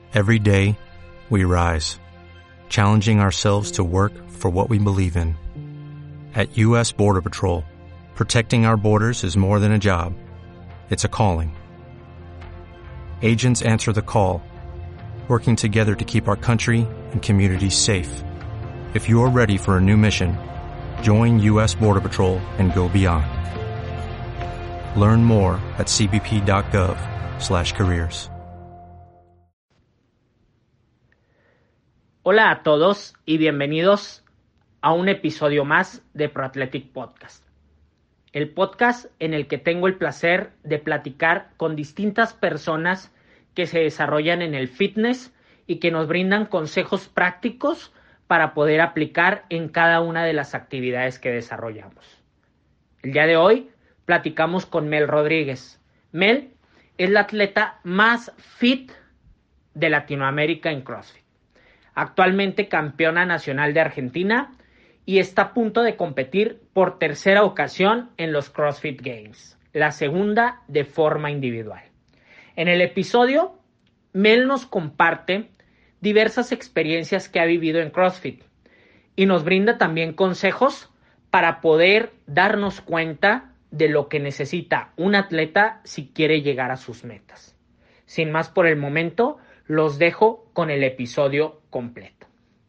Every day, we rise, challenging ourselves to work for what we believe in. At U.S. Border Patrol, protecting our borders is more than a job. It's a calling. Agents answer the call, working together to keep our country and communities safe. If you're ready for a new mission, join U.S. Border Patrol and go beyond. Learn more at cbp.gov/careers. Hola a todos y bienvenidos a un episodio más de Pro Athletic Podcast. El podcast en el que tengo el placer de platicar con distintas personas que se desarrollan en el fitness y que nos brindan consejos prácticos para poder aplicar en cada una de las actividades que desarrollamos. El día de hoy platicamos con Mel Rodríguez. Mel es la atleta más fit de Latinoamérica en CrossFit. Actualmente campeona nacional de Argentina y está a punto de competir por tercera ocasión en los CrossFit Games, la segunda de forma individual. En el episodio, Mel nos comparte diversas experiencias que ha vivido en CrossFit y nos brinda también consejos para poder darnos cuenta de lo que necesita un atleta si quiere llegar a sus metas. Sin más por el momento, los dejo con el episodio completo.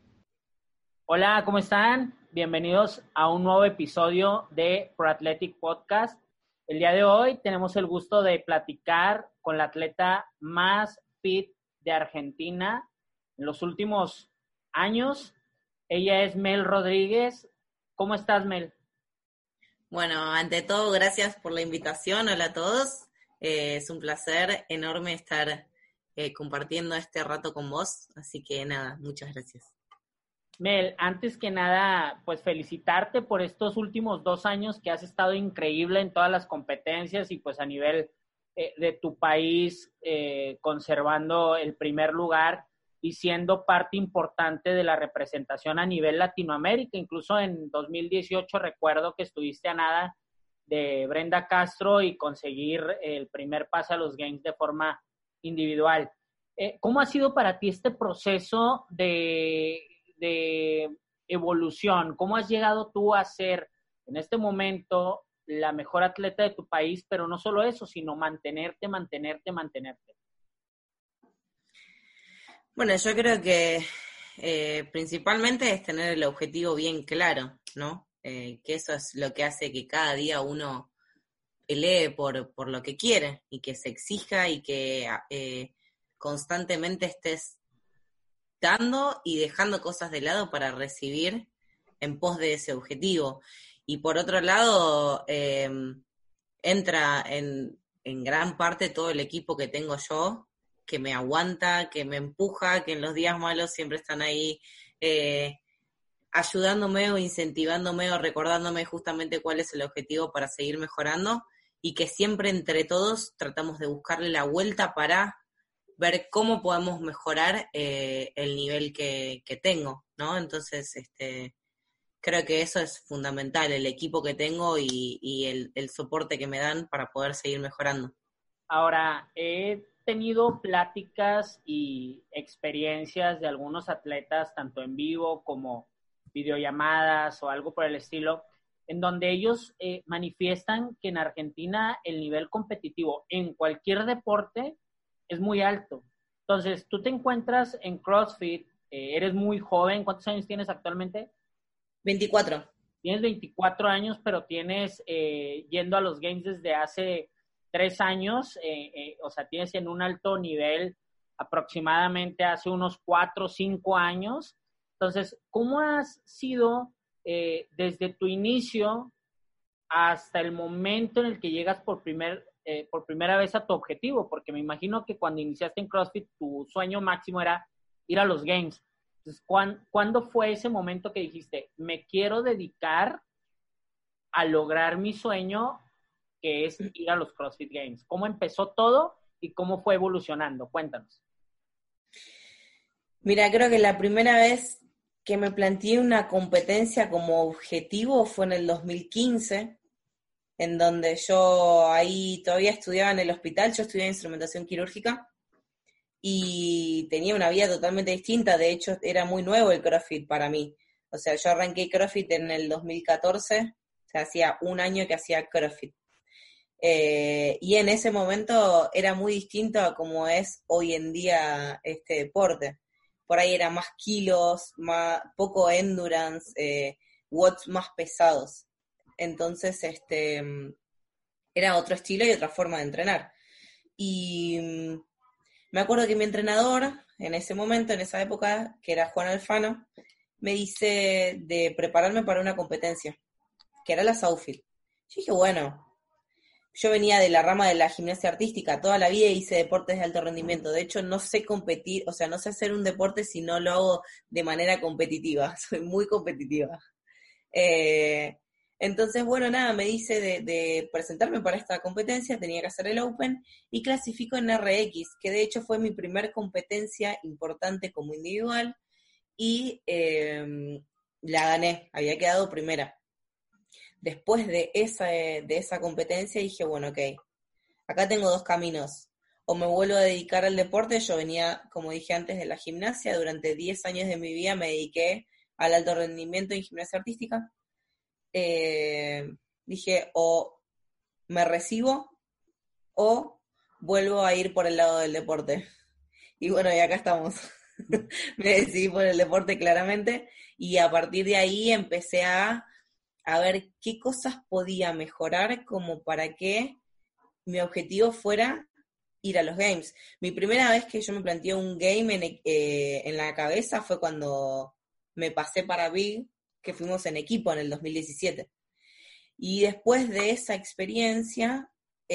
Hola, ¿cómo están? Bienvenidos a un nuevo episodio de Pro Athletic Podcast. El día de hoy tenemos el gusto de platicar con la atleta más fit de Argentina en los últimos años. Ella es Mel Rodríguez. ¿Cómo estás, Mel? Bueno, ante todo, gracias por la invitación. Hola a todos. Es un placer enorme estar compartiendo este rato con vos. Así que nada, muchas gracias. Mel, antes que nada, pues felicitarte por estos últimos 2 años que has estado increíble en todas las competencias y pues a nivel de tu país conservando el primer lugar y siendo parte importante de la representación a nivel Latinoamérica. Incluso en 2018 recuerdo que estuviste a nada de Brenda Castro y conseguir el primer pase a los Games de forma individual. ¿Cómo ha sido para ti este proceso de evolución? ¿Cómo has llegado tú a ser en este momento la mejor atleta de tu país, pero no solo eso, sino mantenerte? Bueno, yo creo que principalmente es tener el objetivo bien claro, ¿no? Que eso es lo que hace que cada día uno pelee por lo que quiere y que se exija y que constantemente estés dando y dejando cosas de lado para recibir en pos de ese objetivo. Y por otro lado, entra en gran parte todo el equipo que tengo yo, que me aguanta, que me empuja, que en los días malos siempre están ahí ayudándome o incentivándome o recordándome justamente cuál es el objetivo para seguir mejorando y que siempre entre todos tratamos de buscarle la vuelta para ver cómo podemos mejorar el nivel que tengo, ¿no? Entonces, creo que eso es fundamental, el equipo que tengo y el soporte que me dan para poder seguir mejorando. Ahora, he tenido pláticas y experiencias de algunos atletas, tanto en vivo como videollamadas o algo por el estilo, en donde ellos manifiestan que en Argentina el nivel competitivo en cualquier deporte es muy alto. Entonces, tú te encuentras en CrossFit, eres muy joven. ¿Cuántos años tienes actualmente? 24. Tienes 24 años, pero tienes yendo a los Games desde hace 3 años, o sea, tienes en un alto nivel aproximadamente hace unos 4 o 5 años. Entonces, ¿cómo has sido desde tu inicio hasta el momento en el que llegas por primera vez a tu objetivo? Porque me imagino que cuando iniciaste en CrossFit, tu sueño máximo era ir a los Games. Entonces, ¿cuándo fue ese momento que dijiste, me quiero dedicar a lograr mi sueño, que es ir a los CrossFit Games? ¿Cómo empezó todo y cómo fue evolucionando? Cuéntanos. Mira, creo que la primera vez que me planteé una competencia como objetivo fue en el 2015, en donde yo ahí todavía estudiaba en el hospital. Yo estudié instrumentación quirúrgica y y tenía una vida totalmente distinta. De hecho, era muy nuevo el CrossFit para mí. O sea, yo arranqué CrossFit en el 2014, o sea, hacía un año que hacía CrossFit. Y en ese momento era muy distinto a como es hoy en día este deporte. Por ahí era más kilos, poco endurance, watts más pesados. Entonces, era otro estilo y otra forma de entrenar. Y me acuerdo que mi entrenador, en ese momento, en esa época, que era Juan Alfano, me dice de prepararme para una competencia, que era la Southfield. Yo dije, bueno, yo venía de la rama de la gimnasia artística, toda la vida hice deportes de alto rendimiento. De hecho, no sé competir, o sea, no sé hacer un deporte si no lo hago de manera competitiva. Soy muy competitiva. Entonces, bueno, nada, me dice de presentarme para esta competencia, tenía que hacer el Open y clasifico en RX, que de hecho fue mi primer competencia importante como individual y la gané, había quedado primera. Después de esa competencia dije, bueno, ok, acá tengo dos caminos. O me vuelvo a dedicar al deporte, yo venía, como dije antes, de la gimnasia, durante 10 años de mi vida me dediqué al alto rendimiento en gimnasia artística. Dije, o me recibo o vuelvo a ir por el lado del deporte. Y bueno, y acá estamos. Me decidí por el deporte claramente y a partir de ahí empecé a ver qué cosas podía mejorar como para que mi objetivo fuera ir a los games. Mi primera vez que yo me planteé un game en la cabeza fue cuando me pasé para Big, que fuimos en equipo en el 2017. Y después de esa experiencia,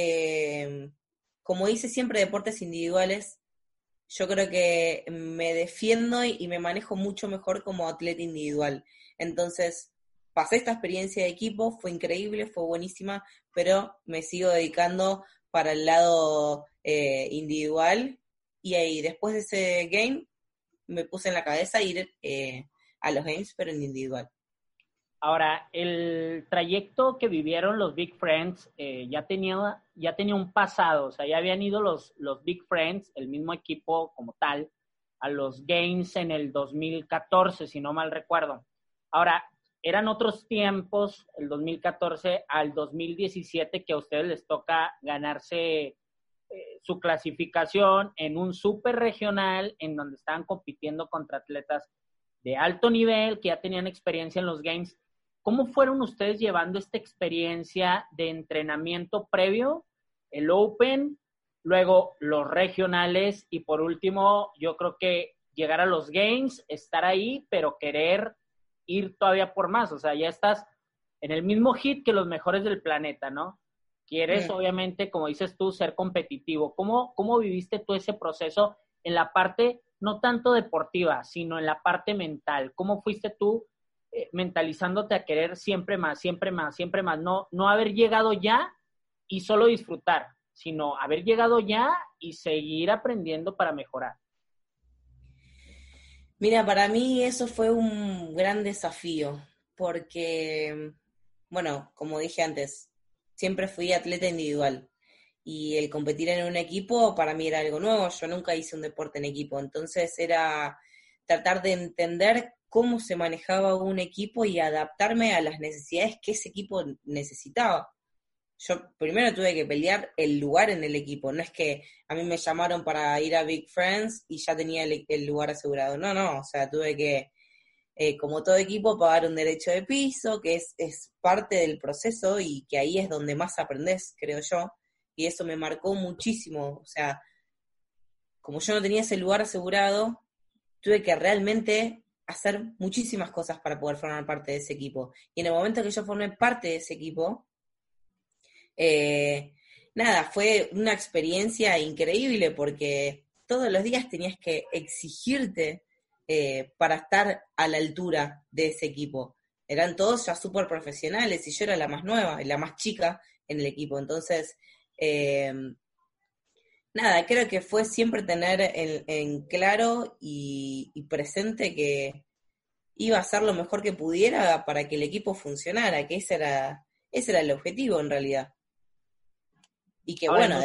como hice siempre deportes individuales, yo creo que me defiendo y me manejo mucho mejor como atleta individual. Entonces, pasé esta experiencia de equipo, fue increíble, fue buenísima, pero me sigo dedicando para el lado individual. Y ahí, después de ese game, me puse en la cabeza ir a los games, pero en individual. Ahora, el trayecto que vivieron los Big Friends ya tenía un pasado, o sea, ya habían ido los Big Friends, el mismo equipo como tal, a los Games en el 2014, si no mal recuerdo. Ahora, eran otros tiempos, el 2014 al 2017, que a ustedes les toca ganarse su clasificación en un super regional, en donde estaban compitiendo contra atletas de alto nivel, que ya tenían experiencia en los Games. ¿Cómo fueron ustedes llevando esta experiencia de entrenamiento previo, el Open, luego los regionales y por último, yo creo que llegar a los Games, estar ahí, pero querer ir todavía por más? O sea, ya estás en el mismo hit que los mejores del planeta, ¿no? Quieres, obviamente, como dices tú, ser competitivo. ¿Cómo viviste tú ese proceso en la parte no tanto deportiva, sino en la parte mental? ¿Cómo fuiste tú mentalizándote a querer siempre más, siempre más, siempre más? No haber llegado ya y solo disfrutar, sino haber llegado ya y seguir aprendiendo para mejorar. Mira, para mí eso fue un gran desafío, porque, bueno, como dije antes, siempre fui atleta individual y el competir en un equipo para mí era algo nuevo, yo nunca hice un deporte en equipo, entonces era tratar de entender cómo se manejaba un equipo y adaptarme a las necesidades que ese equipo necesitaba. Yo primero tuve que pelear el lugar en el equipo, no es que a mí me llamaron para ir a Big Friends y ya tenía el lugar asegurado, no, o sea, tuve que, como todo equipo, pagar un derecho de piso, que es parte del proceso y que ahí es donde más aprendés, creo yo, y eso me marcó muchísimo, o sea, como yo no tenía ese lugar asegurado, tuve que realmente hacer muchísimas cosas para poder formar parte de ese equipo. Y en el momento que yo formé parte de ese equipo, nada, fue una experiencia increíble porque todos los días tenías que exigirte para estar a la altura de ese equipo. Eran todos ya súper profesionales y yo era la más nueva y la más chica en el equipo. Entonces, nada, creo que fue siempre tener en claro y presente que iba a hacer lo mejor que pudiera para que el equipo funcionara, que ese era el objetivo en realidad. Y que Ahora, bueno, además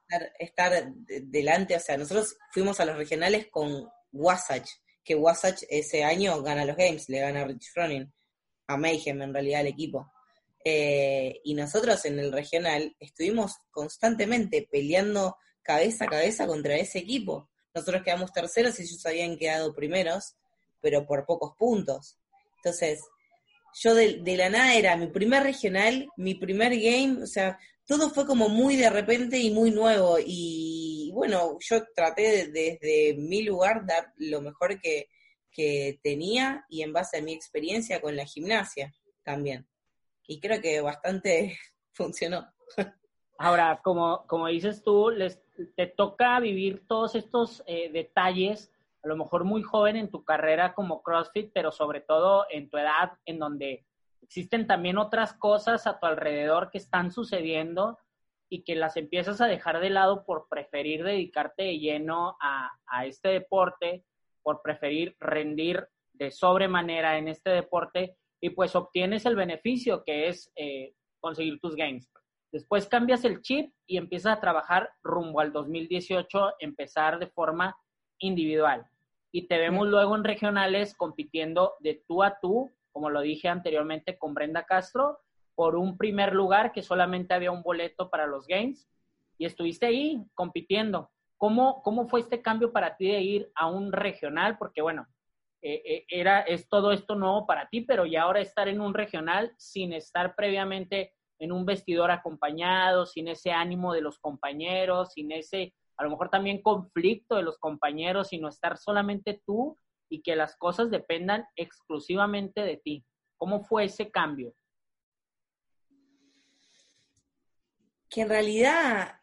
estar delante, o sea, nosotros fuimos a los regionales con Wasatch, que Wasatch ese año gana los Games, le gana a Rich Froning, a Mayhem en realidad el equipo. Y nosotros en el regional estuvimos constantemente peleando cabeza a cabeza contra ese equipo. Nosotros quedamos terceros y ellos habían quedado primeros, pero por pocos puntos. Entonces, yo de la nada era mi primer regional, mi primer game, o sea, todo fue como muy de repente y muy nuevo. Y bueno, yo traté desde mi lugar dar lo mejor que tenía y en base a mi experiencia con la gimnasia también. Y creo que bastante funcionó. Ahora, como dices tú, te toca vivir todos estos detalles, a lo mejor muy joven en tu carrera como CrossFit, pero sobre todo en tu edad, en donde existen también otras cosas a tu alrededor que están sucediendo y que las empiezas a dejar de lado por preferir dedicarte de lleno a este deporte, por preferir rendir de sobremanera en este deporte, y pues obtienes el beneficio que es conseguir tus games. Después cambias el chip y empiezas a trabajar rumbo al 2018, empezar de forma individual. Y te vemos luego en regionales compitiendo de tú a tú, como lo dije anteriormente con Brenda Castro, por un primer lugar que solamente había un boleto para los games, y estuviste ahí compitiendo. ¿Cómo fue este cambio para ti de ir a un regional? Porque bueno, es todo esto nuevo para ti, pero ya ahora estar en un regional sin estar previamente en un vestidor acompañado, sin ese ánimo de los compañeros, sin ese, a lo mejor también conflicto de los compañeros, sino estar solamente tú y que las cosas dependan exclusivamente de ti. ¿Cómo fue ese cambio? Que en realidad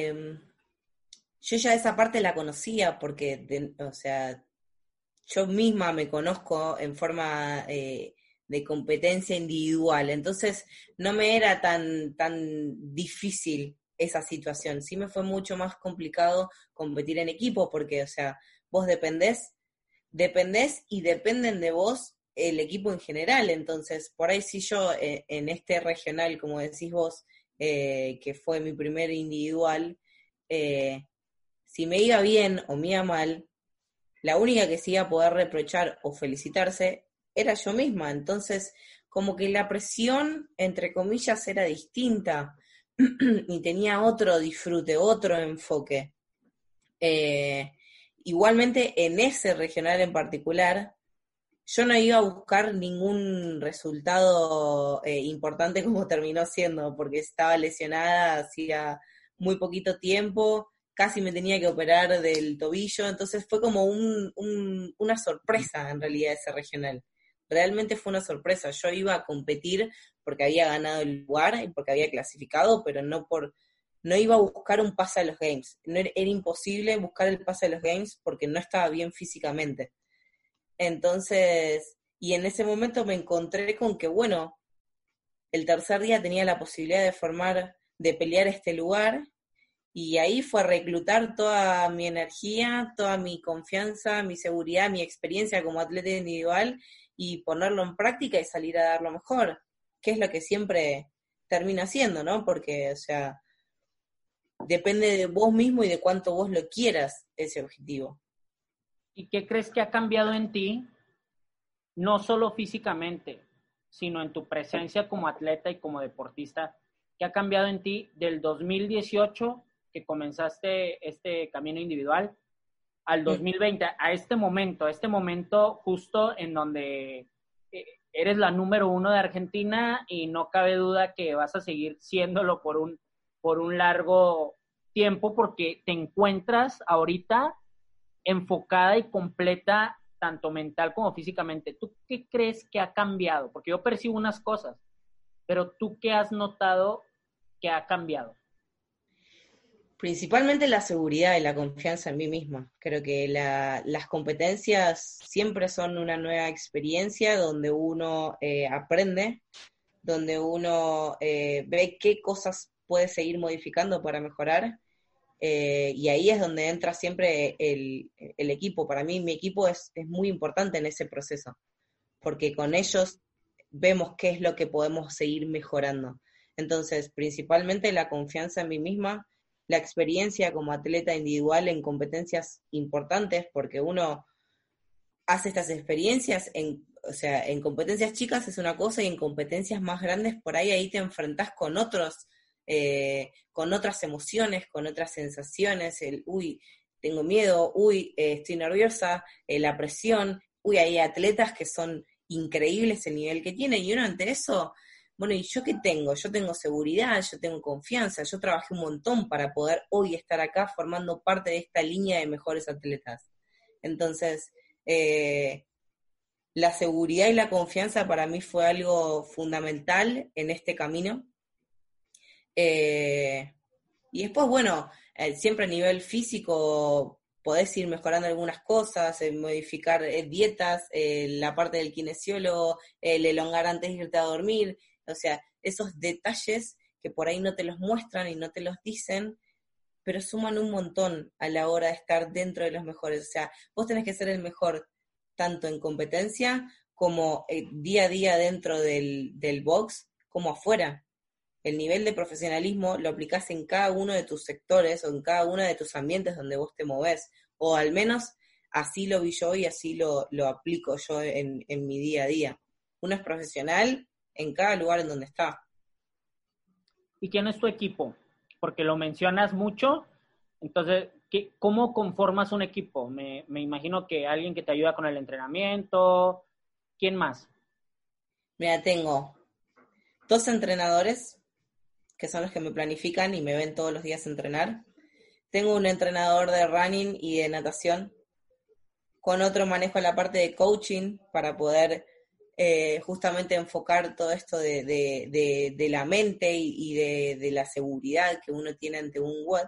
yo ya esa parte la conocía porque, o sea, yo misma me conozco en forma de competencia individual, entonces no me era tan difícil esa situación. Sí me fue mucho más complicado competir en equipo porque, o sea, vos dependés y dependen de vos el equipo en general. Entonces, por ahí sí yo en este regional, como decís vos, que fue mi primer individual, si me iba bien o me iba mal, la única que se iba a poder reprochar o felicitarse era yo misma. Entonces, como que la presión, entre comillas, era distinta y tenía otro disfrute, otro enfoque. Igualmente, en ese regional en particular, yo no iba a buscar ningún resultado importante como terminó siendo, porque estaba lesionada hacía muy poquito tiempo, casi me tenía que operar del tobillo, entonces fue como una sorpresa en realidad ese regional. Realmente fue una sorpresa. Yo iba a competir porque había ganado el lugar y porque había clasificado, pero no iba a buscar un pase a los Games. Era imposible buscar el pase a los Games porque no estaba bien físicamente. Entonces, y en ese momento me encontré con que, bueno, el tercer día tenía la posibilidad de pelear este lugar, y ahí fue a reclutar toda mi energía, toda mi confianza, mi seguridad, mi experiencia como atleta individual, y ponerlo en práctica y salir a dar lo mejor, que es lo que siempre termino haciendo, ¿no? Porque, o sea, depende de vos mismo y de cuánto vos lo quieras, ese objetivo. ¿Y qué crees que ha cambiado en ti, no solo físicamente, sino en tu presencia como atleta y como deportista? ¿Qué ha cambiado en ti del 2018, que comenzaste este camino individual, al 2020, a este momento justo en donde eres la número 1 de Argentina y no cabe duda que vas a seguir siéndolo por un largo tiempo, porque te encuentras ahorita enfocada y completa, tanto mental como físicamente? ¿Tú qué crees que ha cambiado? Porque yo percibo unas cosas, pero ¿tú qué has notado que ha cambiado? Principalmente la seguridad y la confianza en mí misma. Creo que las competencias siempre son una nueva experiencia donde uno aprende, donde uno ve qué cosas puede seguir modificando para mejorar, y ahí es donde entra siempre el equipo. Para mí mi equipo es muy importante en ese proceso, porque con ellos vemos qué es lo que podemos seguir mejorando. Entonces, principalmente la confianza en mí misma la experiencia como atleta individual en competencias importantes, porque uno hace estas experiencias o sea, en competencias chicas es una cosa y en competencias más grandes por ahí te enfrentás con otras emociones, con otras sensaciones, uy, tengo miedo, uy, estoy nerviosa, la presión, uy, hay atletas que son increíbles el nivel que tienen, y uno ante eso, bueno, ¿y yo qué tengo? Yo tengo seguridad, yo tengo confianza, yo trabajé un montón para poder hoy estar acá formando parte de esta línea de mejores atletas. Entonces, la seguridad y la confianza para mí fue algo fundamental en este camino. Y después, bueno, siempre a nivel físico podés ir mejorando algunas cosas, modificar dietas, la parte del kinesiólogo, el elongar antes de irte a dormir, o sea, esos detalles que por ahí no te los muestran y no te los dicen, pero suman un montón a la hora de estar dentro de los mejores. O sea, vos tenés que ser el mejor tanto en competencia como día a día dentro del box, como afuera. El nivel de profesionalismo lo aplicás en cada uno de tus sectores o en cada uno de tus ambientes donde vos te movés, o al menos así lo vi yo y así lo aplico yo en mi día a día. Uno es profesional en cada lugar en donde está. ¿Y quién es tu equipo? Porque lo mencionas mucho, entonces, ¿cómo conformas un equipo? Me imagino que alguien que te ayuda con el entrenamiento, ¿quién más? Mira, tengo 2 entrenadores, que son los que me planifican y me ven todos los días entrenar. Tengo un entrenador de running y de natación. Con otro manejo la parte de coaching para poder justamente enfocar todo esto de la mente y de la seguridad que uno tiene ante un WOD.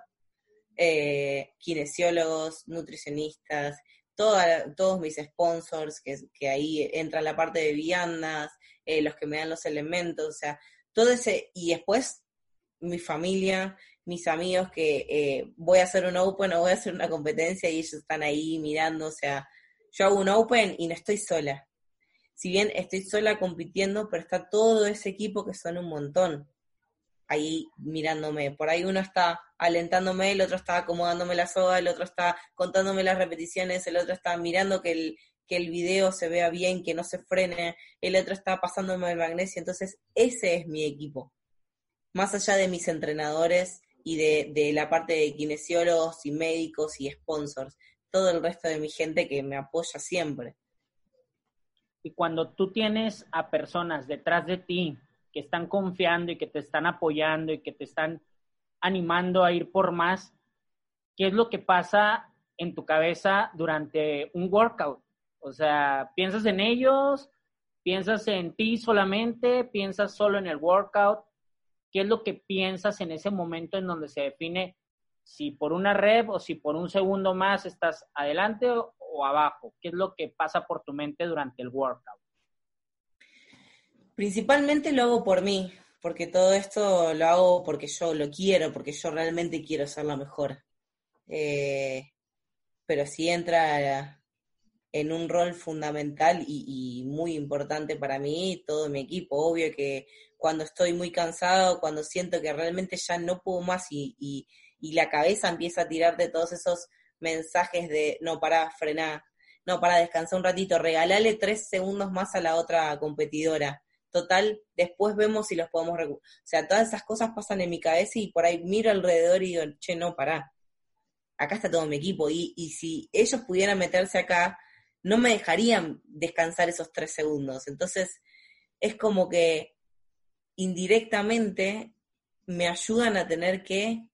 Kinesiólogos, nutricionistas, todos mis sponsors, que ahí entra la parte de viandas, los que me dan los elementos, o sea, todo ese, y después mi familia, mis amigos que voy a hacer un open o voy a hacer una competencia y ellos están ahí mirando, o sea, yo hago un open y no estoy sola. Si bien estoy sola compitiendo, pero está todo ese equipo que son un montón ahí mirándome. Por ahí uno está alentándome, el otro está acomodándome la soga, el otro está contándome las repeticiones, el otro está mirando que el video se vea bien, que no se frene, el otro está pasándome el magnesio. Entonces, ese es mi equipo. Más allá de mis entrenadores y de la parte de kinesiólogos y médicos y sponsors, todo el resto de mi gente que me apoya siempre. Y cuando tú tienes a personas detrás de ti que están confiando y que te están apoyando y que te están animando a ir por más, ¿qué es lo que pasa en tu cabeza durante un workout? O sea, ¿piensas en ellos? ¿Piensas en ti solamente? ¿Piensas solo en el workout? ¿Qué es lo que piensas en ese momento en donde se define si por una rep o si por un segundo más estás adelante o abajo? ¿Qué es lo que pasa por tu mente durante el workout? Principalmente lo hago por mí, porque todo esto lo hago porque yo lo quiero, porque yo realmente quiero ser la mejor. Pero sí entra en un rol fundamental y muy importante para mí todo mi equipo. Obvio que cuando estoy muy cansado, cuando siento que realmente ya no puedo más y la cabeza empieza a tirarte todos esos mensajes de no, pará, frená, no, pará, descansar un ratito, regalale 3 segundos más a la otra competidora. Total, después vemos si los podemos o sea, todas esas cosas pasan en mi cabeza y por ahí miro alrededor y digo, che, no, pará. Acá está todo mi equipo y si ellos pudieran meterse acá, no me dejarían descansar esos 3 segundos. Entonces, es como que indirectamente me ayudan a tener que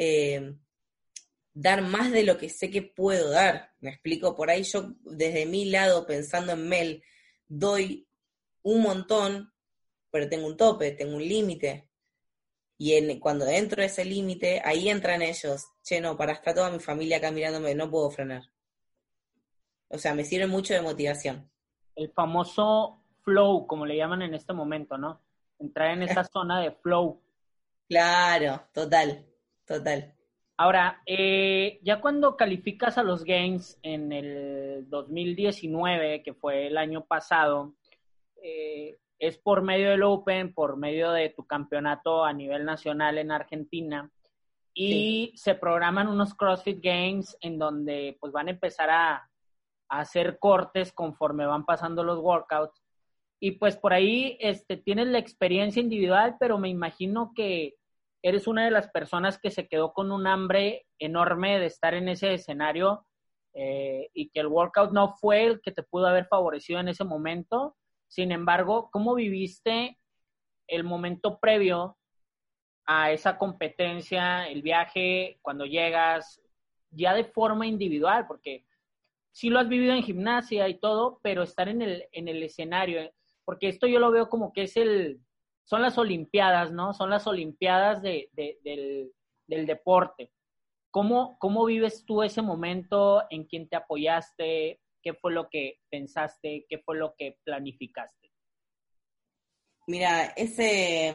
dar más de lo que sé que puedo dar. Me explico, por ahí yo desde mi lado, pensando en Mel, doy un montón, pero tengo un tope, tengo un límite. Y cuando entro a ese límite, ahí entran ellos. Che, no, para estar toda mi familia acá mirándome, no puedo frenar. O sea, me sirve mucho de motivación. El famoso flow, como le llaman en este momento, ¿no? Entrar en esa zona de flow. Claro, total. Ahora, ya cuando calificas a los Games en el 2019, que fue el año pasado, es por medio del Open, por medio de tu campeonato a nivel nacional en Argentina. y se programan unos CrossFit Games en donde pues van a empezar a hacer cortes conforme van pasando los workouts. Y pues por ahí tienes la experiencia individual, pero me imagino que eres una de las personas que se quedó con un hambre enorme de estar en ese escenario y que el workout no fue el que te pudo haber favorecido en ese momento. Sin embargo, ¿cómo viviste el momento previo a esa competencia, el viaje, cuando llegas, ya de forma individual? Porque sí lo has vivido en gimnasia y todo, pero estar en el escenario, porque esto yo lo veo como que son las Olimpiadas, ¿no? Son las Olimpiadas del deporte. ¿Cómo vives tú ese momento? ¿En quién te apoyaste? ¿Qué fue lo que pensaste? ¿Qué fue lo que planificaste? Mira, ese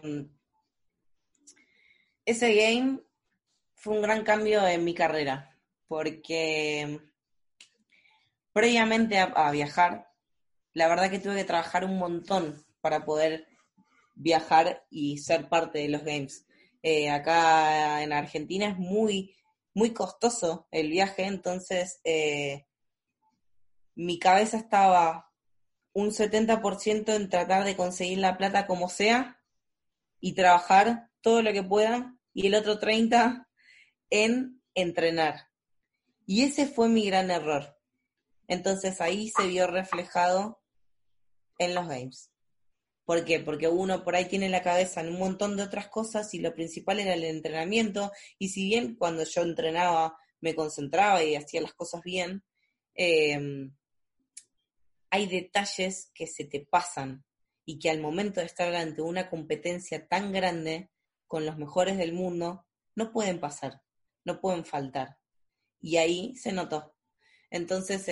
game fue un gran cambio en mi carrera, porque previamente a viajar, la verdad que tuve que trabajar un montón para poder viajar y ser parte de los games. Acá en Argentina es muy, muy costoso el viaje, entonces mi cabeza estaba un 70% en tratar de conseguir la plata como sea y trabajar todo lo que pueda, y el otro 30% en entrenar. Y ese fue mi gran error. Entonces ahí se vio reflejado en los games. ¿Por qué? Porque uno por ahí tiene la cabeza en un montón de otras cosas y lo principal era el entrenamiento, y si bien cuando yo entrenaba me concentraba y hacía las cosas bien, hay detalles que se te pasan y que al momento de estar ante una competencia tan grande con los mejores del mundo no pueden pasar, no pueden faltar. Y ahí se notó. Entonces,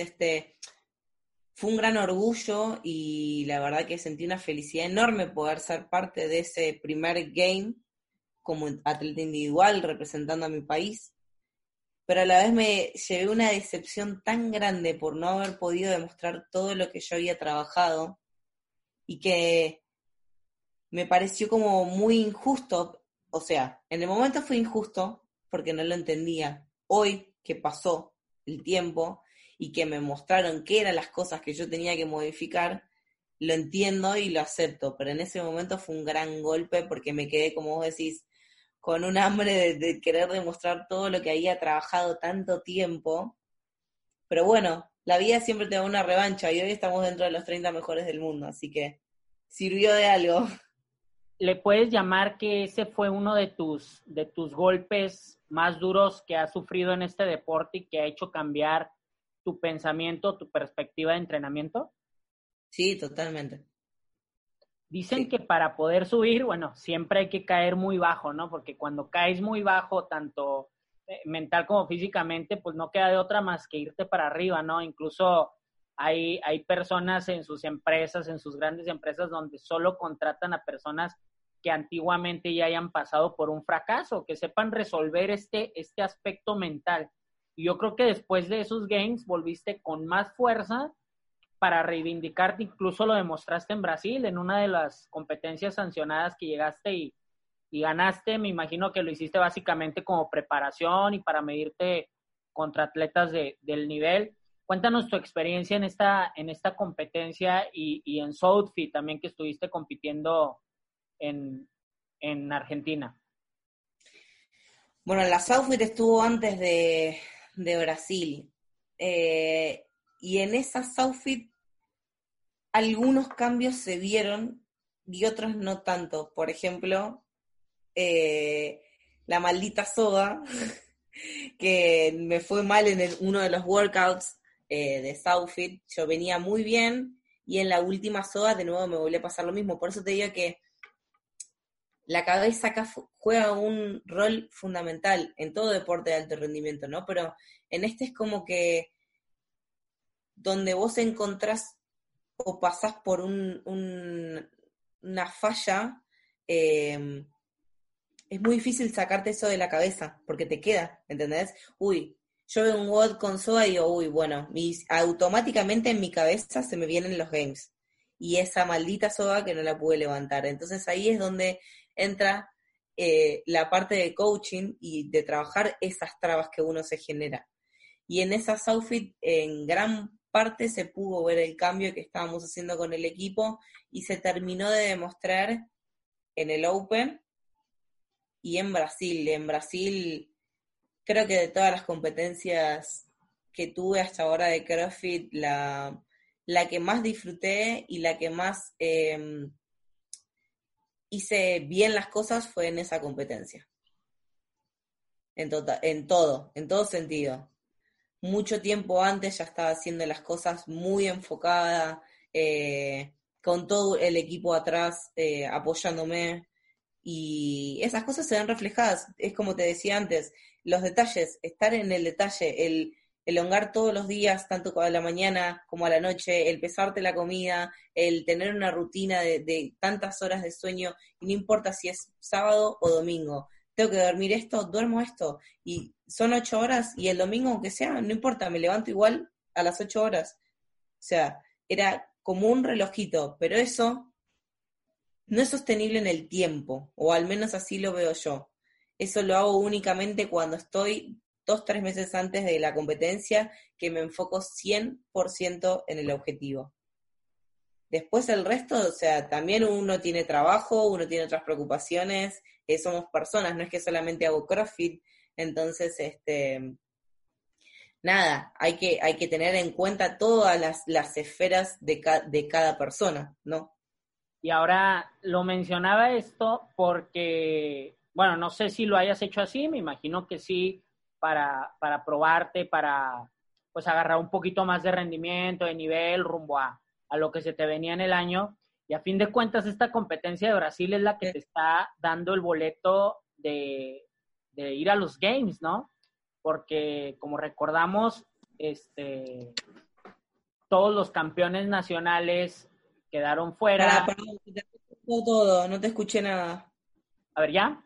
fue un gran orgullo y la verdad que sentí una felicidad enorme poder ser parte de ese primer game como atleta individual representando a mi país, pero a la vez me llevé una decepción tan grande por no haber podido demostrar todo lo que yo había trabajado y que me pareció como muy injusto. O sea, en el momento fue injusto porque no lo entendía. Hoy que pasó el tiempo y que me mostraron qué eran las cosas que yo tenía que modificar, lo entiendo y lo acepto, pero en ese momento fue un gran golpe porque me quedé, como vos decís, con un hambre de querer demostrar todo lo que había trabajado tanto tiempo. Pero bueno, la vida siempre te da una revancha y hoy estamos dentro de los 30 mejores del mundo, así que sirvió de algo. ¿Le puedes llamar que ese fue uno de tus golpes más duros que has sufrido en este deporte y que ha hecho cambiar tu pensamiento, tu perspectiva de entrenamiento? Sí, totalmente. Dicen Sí. que para poder subir, bueno, siempre hay que caer muy bajo, ¿no? Porque cuando caes muy bajo, tanto mental como físicamente, pues no queda de otra más que irte para arriba, ¿no? Incluso hay personas en sus empresas, en sus grandes empresas, donde solo contratan a personas que antiguamente ya hayan pasado por un fracaso, que sepan resolver este aspecto mental. Y yo creo que después de esos games volviste con más fuerza para reivindicarte, incluso lo demostraste en Brasil, en una de las competencias sancionadas que llegaste y ganaste. Me imagino que lo hiciste básicamente como preparación y para medirte contra atletas del nivel. Cuéntanos tu experiencia en esta competencia y en Southfit también, que estuviste compitiendo en Argentina. Bueno, la Southfit estuvo antes de Brasil. Y en esa Southfit algunos cambios se vieron y otros no tanto. Por ejemplo, la maldita soga, que me fue mal en uno de los workouts de Southfit. Yo venía muy bien y en la última soga de nuevo me volvió a pasar lo mismo. Por eso te digo que la cabeza acá juega un rol fundamental en todo deporte de alto rendimiento, ¿no? Pero en este es como que donde vos encontrás o pasás por una falla, es muy difícil sacarte eso de la cabeza, porque te queda, ¿entendés? Uy, yo veo un WOD con SOA y digo, uy, bueno, automáticamente en mi cabeza se me vienen los games. Y esa maldita soga que no la pude levantar. Entonces ahí es donde entra la parte de coaching y de trabajar esas trabas que uno se genera. Y en esas outfits, en gran parte se pudo ver el cambio que estábamos haciendo con el equipo y se terminó de demostrar en el Open y en Brasil. En Brasil, creo que de todas las competencias que tuve hasta ahora de CrossFit, la que más disfruté y la que más hice bien las cosas fue en esa competencia. En todo sentido. Mucho tiempo antes ya estaba haciendo las cosas muy enfocada, con todo el equipo atrás apoyándome, y esas cosas se ven reflejadas. Es como te decía antes, los detalles, estar en el detalle, el elongar todos los días, tanto a la mañana como a la noche, el pesarte la comida, el tener una rutina de tantas horas de sueño, y no importa si es sábado o domingo. Tengo que dormir esto, duermo esto, y son 8 horas, y el domingo, aunque sea, no importa, me levanto igual a las 8 horas. O sea, era como un relojito, pero eso no es sostenible en el tiempo, o al menos así lo veo yo. Eso lo hago únicamente cuando estoy 2, 3 meses antes de la competencia, que me enfoco 100% en el objetivo. Después el resto, o sea, también uno tiene trabajo, uno tiene otras preocupaciones, somos personas, no es que solamente hago CrossFit, entonces, nada, hay que tener en cuenta todas las esferas de cada persona, ¿no? Y ahora lo mencionaba esto porque, bueno, no sé si lo hayas hecho así, me imagino que sí, para probarte, para pues agarrar un poquito más de rendimiento, de nivel, rumbo a lo que se te venía en el año. Y a fin de cuentas, esta competencia de Brasil es la que te está dando el boleto de ir a los Games, ¿no? Porque, como recordamos, todos los campeones nacionales quedaron fuera. Perdón, te escucho todo, no te escuché nada. A ver, ¿ya?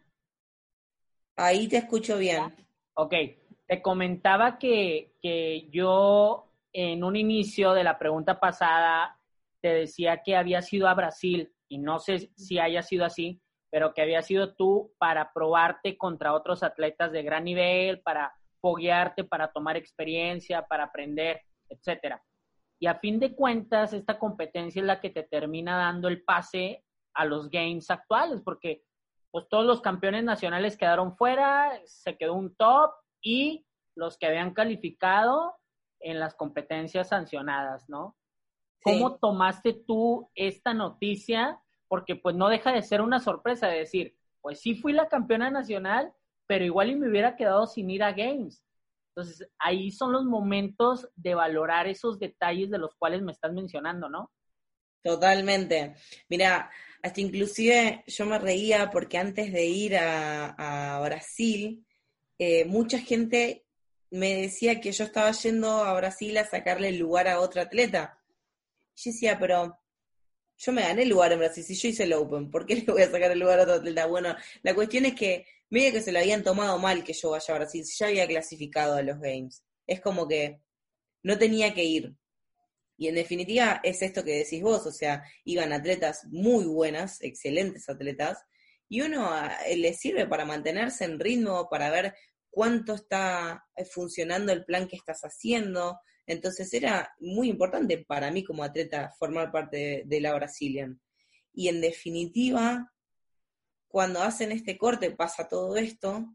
Ahí te escucho bien. Ok, te comentaba que yo en un inicio de la pregunta pasada te decía que había sido a Brasil, y no sé si haya sido así, pero que había sido tú para probarte contra otros atletas de gran nivel, para foguearte, para tomar experiencia, para aprender, etcétera. Y a fin de cuentas, esta competencia es la que te termina dando el pase a los Games actuales, porque pues todos los campeones nacionales quedaron fuera, se quedó un top, y los que habían calificado en las competencias sancionadas, ¿no? ¿Cómo Sí. tomaste tú esta noticia? Porque pues no deja de ser una sorpresa de decir, pues sí fui la campeona nacional, pero igual y me hubiera quedado sin ir a Games. Entonces, ahí son los momentos de valorar esos detalles de los cuales me estás mencionando, ¿no? Totalmente. Mira, hasta inclusive yo me reía porque antes de ir a Brasil, mucha gente me decía que yo estaba yendo a Brasil a sacarle el lugar a otro atleta. Yo decía, pero yo me gané el lugar en Brasil, si yo hice el Open, ¿por qué le voy a sacar el lugar a otro atleta? Bueno, la cuestión es que medio que se lo habían tomado mal que yo vaya a Brasil, si ya había clasificado a los Games. Es como que no tenía que ir. Y en definitiva es esto que decís vos, o sea, iban atletas muy buenas, excelentes atletas, y uno les sirve para mantenerse en ritmo, para ver cuánto está funcionando el plan que estás haciendo. Entonces era muy importante para mí como atleta formar parte de la Brazilian. Y en definitiva, cuando hacen este corte pasa todo esto.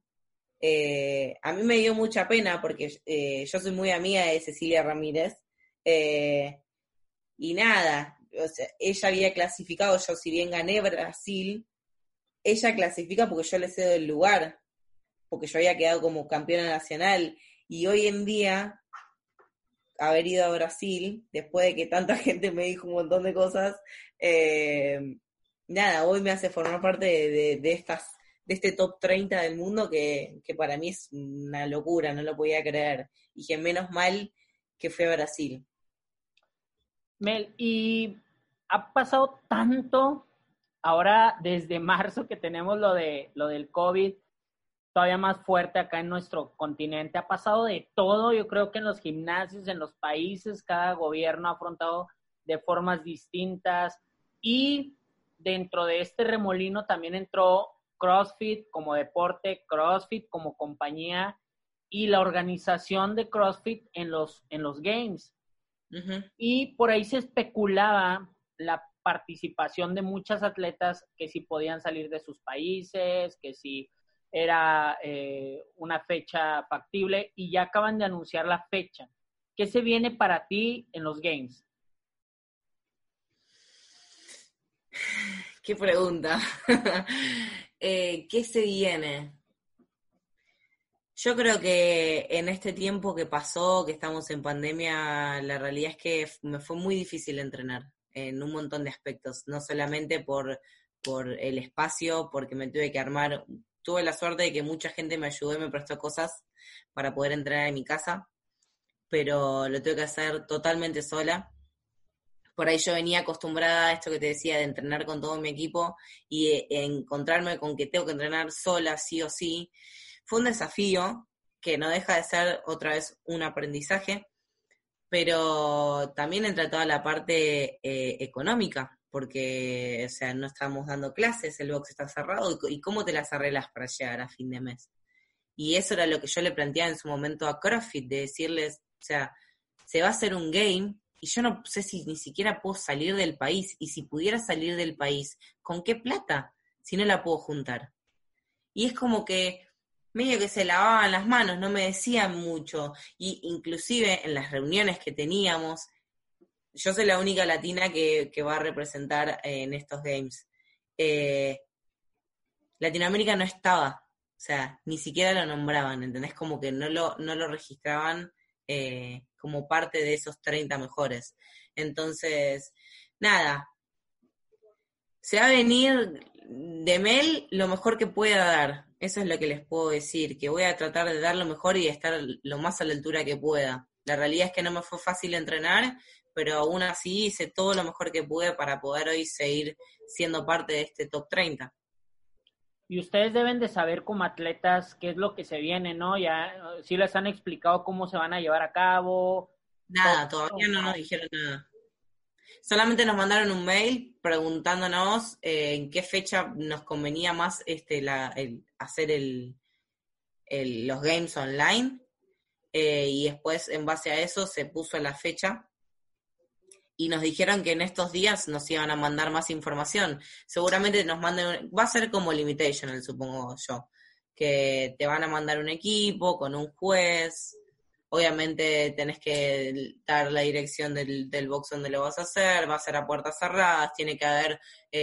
A mí me dio mucha pena porque yo soy muy amiga de Cecilia Ramírez, y nada, o sea, ella había clasificado, yo si bien gané Brasil, ella clasifica porque yo le cedo el lugar, porque yo había quedado como campeona nacional, y hoy en día, haber ido a Brasil, después de que tanta gente me dijo un montón de cosas, nada, hoy me hace formar parte de este top 30 del mundo que para mí es una locura, no lo podía creer, y que menos mal que fui a Brasil. Mel, y ha pasado tanto ahora desde marzo que tenemos lo del COVID, todavía más fuerte acá en nuestro continente. Ha pasado de todo, yo creo que en los gimnasios, en los países, cada gobierno ha afrontado de formas distintas, y dentro de este remolino también entró CrossFit como deporte, CrossFit como compañía y la organización de CrossFit en los Games. Uh-huh. Y por ahí se especulaba la participación de muchas atletas que si podían salir de sus países, que si era una fecha factible, y ya acaban de anunciar la fecha. ¿Qué se viene para ti en los Games? Qué pregunta. ¿Qué se viene? Yo creo que en este tiempo que pasó, que estamos en pandemia, la realidad es que me fue muy difícil entrenar en un montón de aspectos, no solamente por el espacio, porque me tuve que armar, tuve la suerte de que mucha gente me ayudó y me prestó cosas para poder entrenar en mi casa, pero lo tuve que hacer totalmente sola. Por ahí yo venía acostumbrada a esto que te decía, de entrenar con todo mi equipo y encontrarme con que tengo que entrenar sola, sí o sí. Fue un desafío que no deja de ser otra vez un aprendizaje, pero también entra toda la parte económica, porque, o sea, no estamos dando clases, el box está cerrado, y cómo te las arreglas para llegar a fin de mes. Y eso era lo que yo le planteaba en su momento a CrossFit, de decirles, o sea, se va a hacer un game, y yo no sé si ni siquiera puedo salir del país, y si pudiera salir del país, ¿con qué plata? Si no la puedo juntar. Y es como que medio que se lavaban las manos, no me decían mucho, y inclusive en las reuniones que teníamos, yo soy la única latina que va a representar en estos games. Latinoamérica no estaba, o sea, ni siquiera lo nombraban, ¿entendés? Como que no lo registraban como parte de esos 30 mejores. Entonces, nada, se va a venir de Mel lo mejor que pueda dar. Eso es lo que les puedo decir, que voy a tratar de dar lo mejor y de estar lo más a la altura que pueda. La realidad es que no me fue fácil entrenar, pero aún así hice todo lo mejor que pude para poder hoy seguir siendo parte de este top 30. Y ustedes deben de saber como atletas qué es lo que se viene, ¿no? Ya sí les han explicado cómo se van a llevar a cabo. Nada, todavía no nos dijeron nada. Solamente nos mandaron un mail preguntándonos en qué fecha nos convenía más hacer los games online, y después en base a eso se puso la fecha y nos dijeron que en estos días nos iban a mandar más información. Seguramente nos manden, va a ser como Limitational, supongo yo, que te van a mandar un equipo con un juez. Obviamente tenés que dar la dirección del box donde lo vas a hacer, va a ser a puertas cerradas, tiene que haber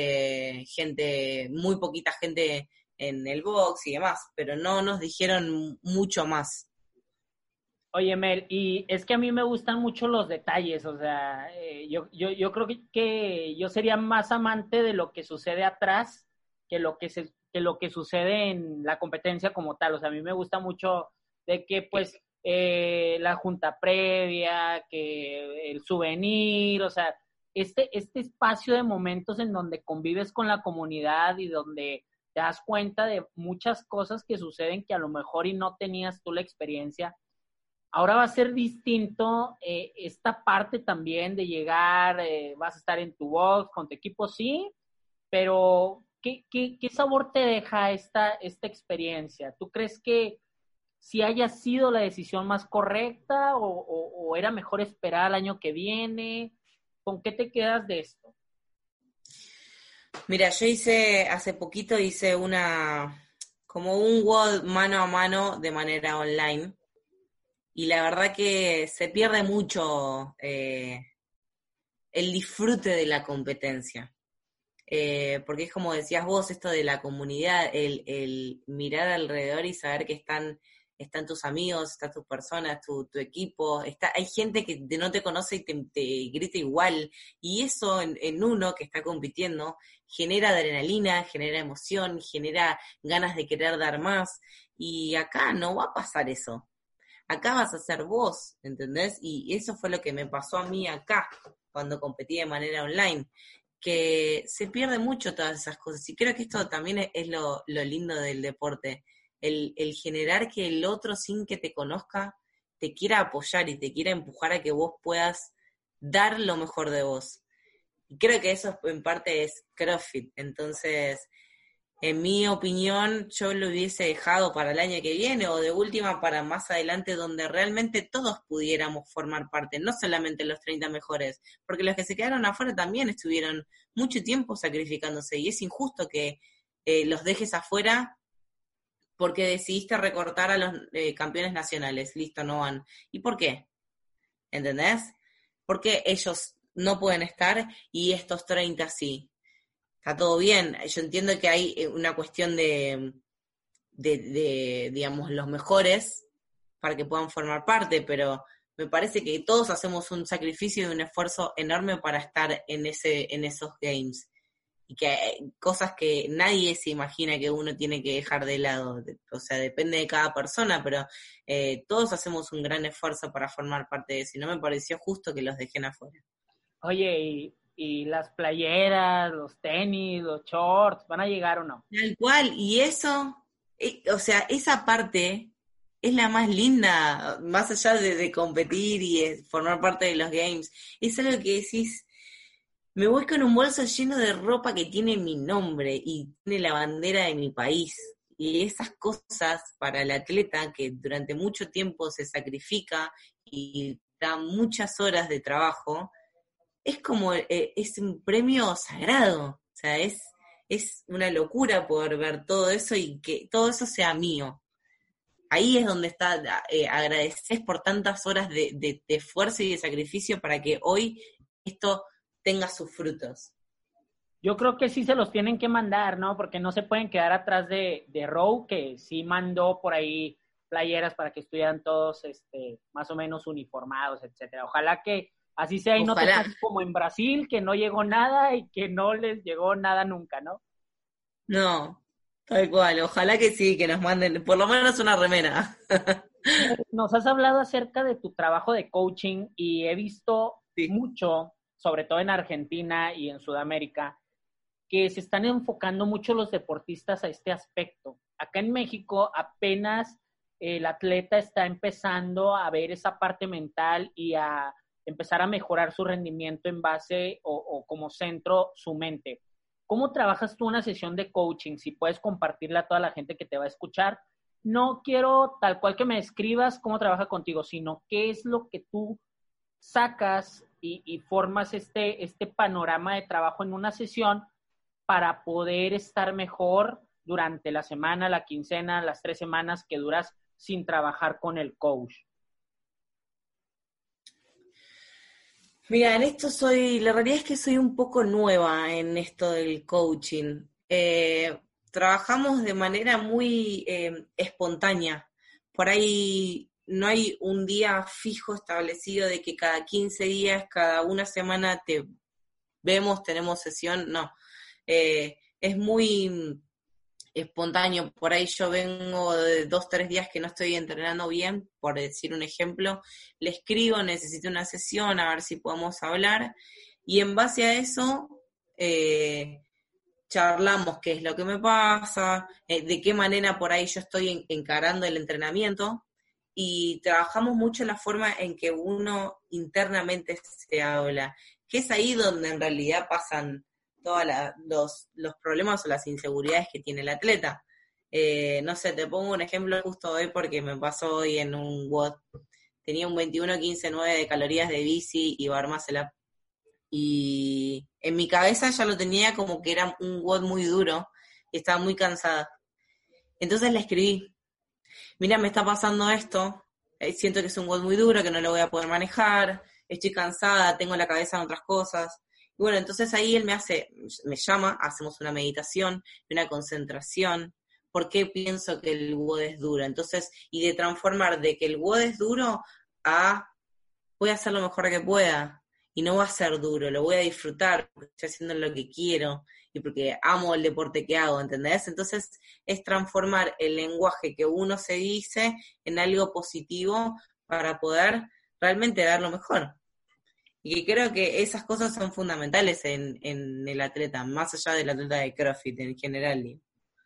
muy poquita gente en el box y demás, pero no nos dijeron mucho más. Oye, Mel, y es que a mí me gustan mucho los detalles, o sea, yo creo que yo sería más amante de lo que sucede atrás que lo que sucede en la competencia como tal. O sea, a mí me gusta mucho de que, pues, la junta previa, que el souvenir, o sea, este espacio de momentos en donde convives con la comunidad y donde te das cuenta de muchas cosas que suceden que a lo mejor y no tenías tú la experiencia. Ahora va a ser distinto esta parte también de llegar, vas a estar en tu box con tu equipo, sí, pero ¿qué sabor te deja esta experiencia? ¿Tú crees que si haya sido la decisión más correcta o era mejor esperar al año que viene? ¿Con qué te quedas de esto? Mira, yo hace poquito como un WOD mano a mano de manera online, y la verdad que se pierde mucho el disfrute de la competencia. Porque es como decías vos, esto de la comunidad, el mirar alrededor y saber que están tus amigos, están tus personas, tu equipo, hay gente que no te conoce y te grita igual, y eso en uno que está compitiendo genera adrenalina, genera emoción, genera ganas de querer dar más, y acá no va a pasar eso. Acá vas a ser vos, ¿entendés? Y eso fue lo que me pasó a mí acá, cuando competí de manera online, que se pierde mucho todas esas cosas. Y creo que esto también es lo lindo del deporte, el generar que el otro, sin que te conozca, te quiera apoyar y te quiera empujar a que vos puedas dar lo mejor de vos. Y creo que eso en parte es CrossFit. Entonces, En mi opinión, yo lo hubiese dejado para el año que viene o de última para más adelante donde realmente todos pudiéramos formar parte, no solamente los 30 mejores, porque los que se quedaron afuera también estuvieron mucho tiempo sacrificándose y es injusto que los dejes afuera porque decidiste recortar a los campeones nacionales, listo, no van. ¿Y por qué? ¿Entendés? Porque ellos no pueden estar y estos 30 sí. Está todo bien. Yo entiendo que hay una cuestión de, digamos, los mejores para que puedan formar parte, pero me parece que todos hacemos un sacrificio y un esfuerzo enorme para estar en esos games. Y que hay cosas que nadie se imagina que uno tiene que dejar de lado. O sea, depende de cada persona, pero todos hacemos un gran esfuerzo para formar parte de eso. Y no me pareció justo que los dejen afuera. Oye, y las playeras, los tenis, los shorts, ¿van a llegar o no? Tal cual, y eso, o sea, esa parte es la más linda, más allá de competir y formar parte de los games. Es algo que decís, me voy con un bolso lleno de ropa que tiene mi nombre y tiene la bandera de mi país. Y esas cosas para el atleta que durante mucho tiempo se sacrifica y da muchas horas de trabajo, es como, es un premio sagrado. O sea, es una locura poder ver todo eso y que todo eso sea mío. Ahí es donde está, agradeces por tantas horas de esfuerzo y de sacrificio para que hoy esto tenga sus frutos. Yo creo que sí se los tienen que mandar, ¿no? Porque no se pueden quedar atrás de Row, que sí mandó por ahí playeras para que estuvieran todos más o menos uniformados, etcétera. Ojalá que así sea y no te Ojalá. pase como en Brasil, que no llegó nada y que no les llegó nada nunca, ¿no? No, tal cual. Ojalá que sí, que nos manden por lo menos una remera. Nos has hablado acerca de tu trabajo de coaching y he visto Sí. mucho, sobre todo en Argentina y en Sudamérica, que se están enfocando mucho los deportistas a este aspecto. Acá en México apenas el atleta está empezando a ver esa parte mental y a empezar a mejorar su rendimiento en base o como centro su mente. ¿Cómo trabajas tú una sesión de coaching? Si puedes compartirla a toda la gente que te va a escuchar. No quiero tal cual que me describas cómo trabaja contigo, sino qué es lo que tú sacas y formas este panorama de trabajo en una sesión para poder estar mejor durante la semana, la quincena, las 3 semanas que duras sin trabajar con el coach. Mira, en esto la realidad es que soy un poco nueva en esto del coaching. Trabajamos de manera muy espontánea. Por ahí no hay un día fijo establecido de que cada 15 días, cada una semana te vemos, tenemos sesión, no. Es muy espontáneo, por ahí yo vengo de 2, 3 días que no estoy entrenando bien, por decir un ejemplo, le escribo, necesito una sesión, a ver si podemos hablar, y en base a eso charlamos qué es lo que me pasa, de qué manera por ahí yo estoy encarando el entrenamiento, y trabajamos mucho la forma en que uno internamente se habla, que es ahí donde en realidad pasan todos los problemas o las inseguridades que tiene el atleta. No sé, te pongo un ejemplo justo hoy porque me pasó hoy en un WOD. Tenía un 21-15-9 de calorías de bici y bar muscle up. Y en mi cabeza ya lo tenía como que era un WOD muy duro y estaba muy cansada. Entonces le escribí, mira, me está pasando esto, siento que es un WOD muy duro, que no lo voy a poder manejar, estoy cansada, tengo la cabeza en otras cosas. Y bueno, entonces ahí él me llama, hacemos una meditación, una concentración, ¿por qué pienso que el WOD es duro? Entonces, y de transformar de que el WOD es duro a voy a hacer lo mejor que pueda, y no va a ser duro, lo voy a disfrutar, porque estoy haciendo lo que quiero, y porque amo el deporte que hago, ¿entendés? Entonces, es transformar el lenguaje que uno se dice en algo positivo para poder realmente dar lo mejor. Y creo que esas cosas son fundamentales en el atleta, más allá del atleta de CrossFit en general.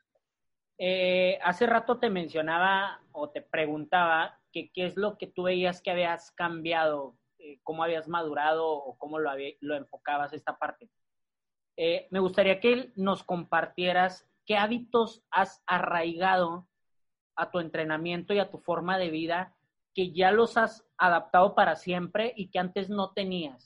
Hace rato te mencionaba o te preguntaba que qué es lo que tú veías que habías cambiado, cómo habías madurado o cómo lo enfocabas esta parte. Me gustaría que nos compartieras ¿qué hábitos has arraigado a tu entrenamiento y a tu forma de vida que ya los has adaptado para siempre y que antes no tenías?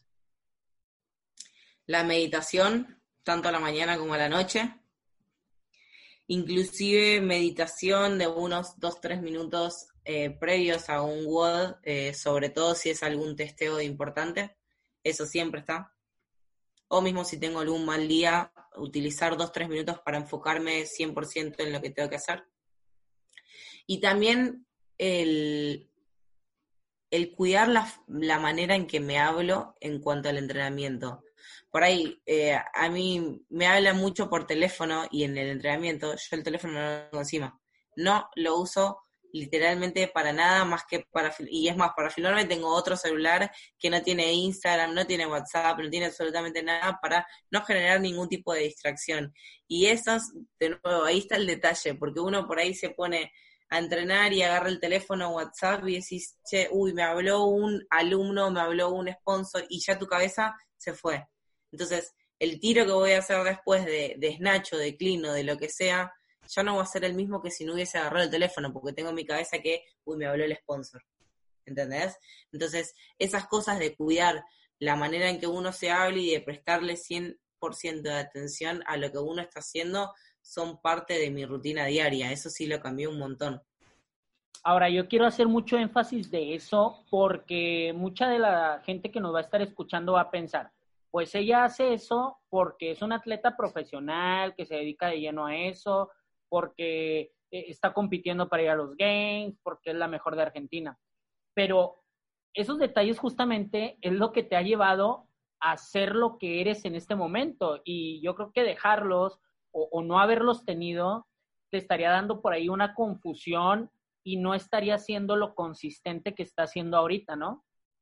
La meditación, tanto a la mañana como a la noche. Inclusive meditación de unos 2-3 minutos previos a un WOD, sobre todo si es algún testeo importante. Eso siempre está. O mismo si tengo algún mal día, utilizar 2-3 minutos para enfocarme 100% en lo que tengo que hacer. Y también el cuidar la manera en que me hablo en cuanto al entrenamiento. Por ahí, a mí me habla mucho por teléfono y en el entrenamiento yo el teléfono no lo tengo encima. No lo uso literalmente para nada más que y es más, para filmarme tengo otro celular que no tiene Instagram, no tiene WhatsApp, no tiene absolutamente nada para no generar ningún tipo de distracción. Y eso, de nuevo, ahí está el detalle, porque uno por ahí se pone a entrenar y agarra el teléfono, WhatsApp y decís, che, me habló un alumno, me habló un sponsor y ya tu cabeza se fue. Entonces, el tiro que voy a hacer después de snatch o de clean o de lo que sea, ya no va a ser el mismo que si no hubiese agarrado el teléfono, porque tengo en mi cabeza que, me habló el sponsor. ¿Entendés? Entonces, esas cosas de cuidar la manera en que uno se hable y de prestarle 100% de atención a lo que uno está haciendo, son parte de mi rutina diaria. Eso sí lo cambió un montón. Ahora, yo quiero hacer mucho énfasis de eso porque mucha de la gente que nos va a estar escuchando va a pensar, pues ella hace eso porque es una atleta profesional que se dedica de lleno a eso, porque está compitiendo para ir a los Games, porque es la mejor de Argentina. Pero esos detalles justamente es lo que te ha llevado a ser lo que eres en este momento. Y yo creo que dejarlos o no haberlos tenido te estaría dando por ahí una confusión y no estaría siendo lo consistente que está haciendo ahorita, ¿no?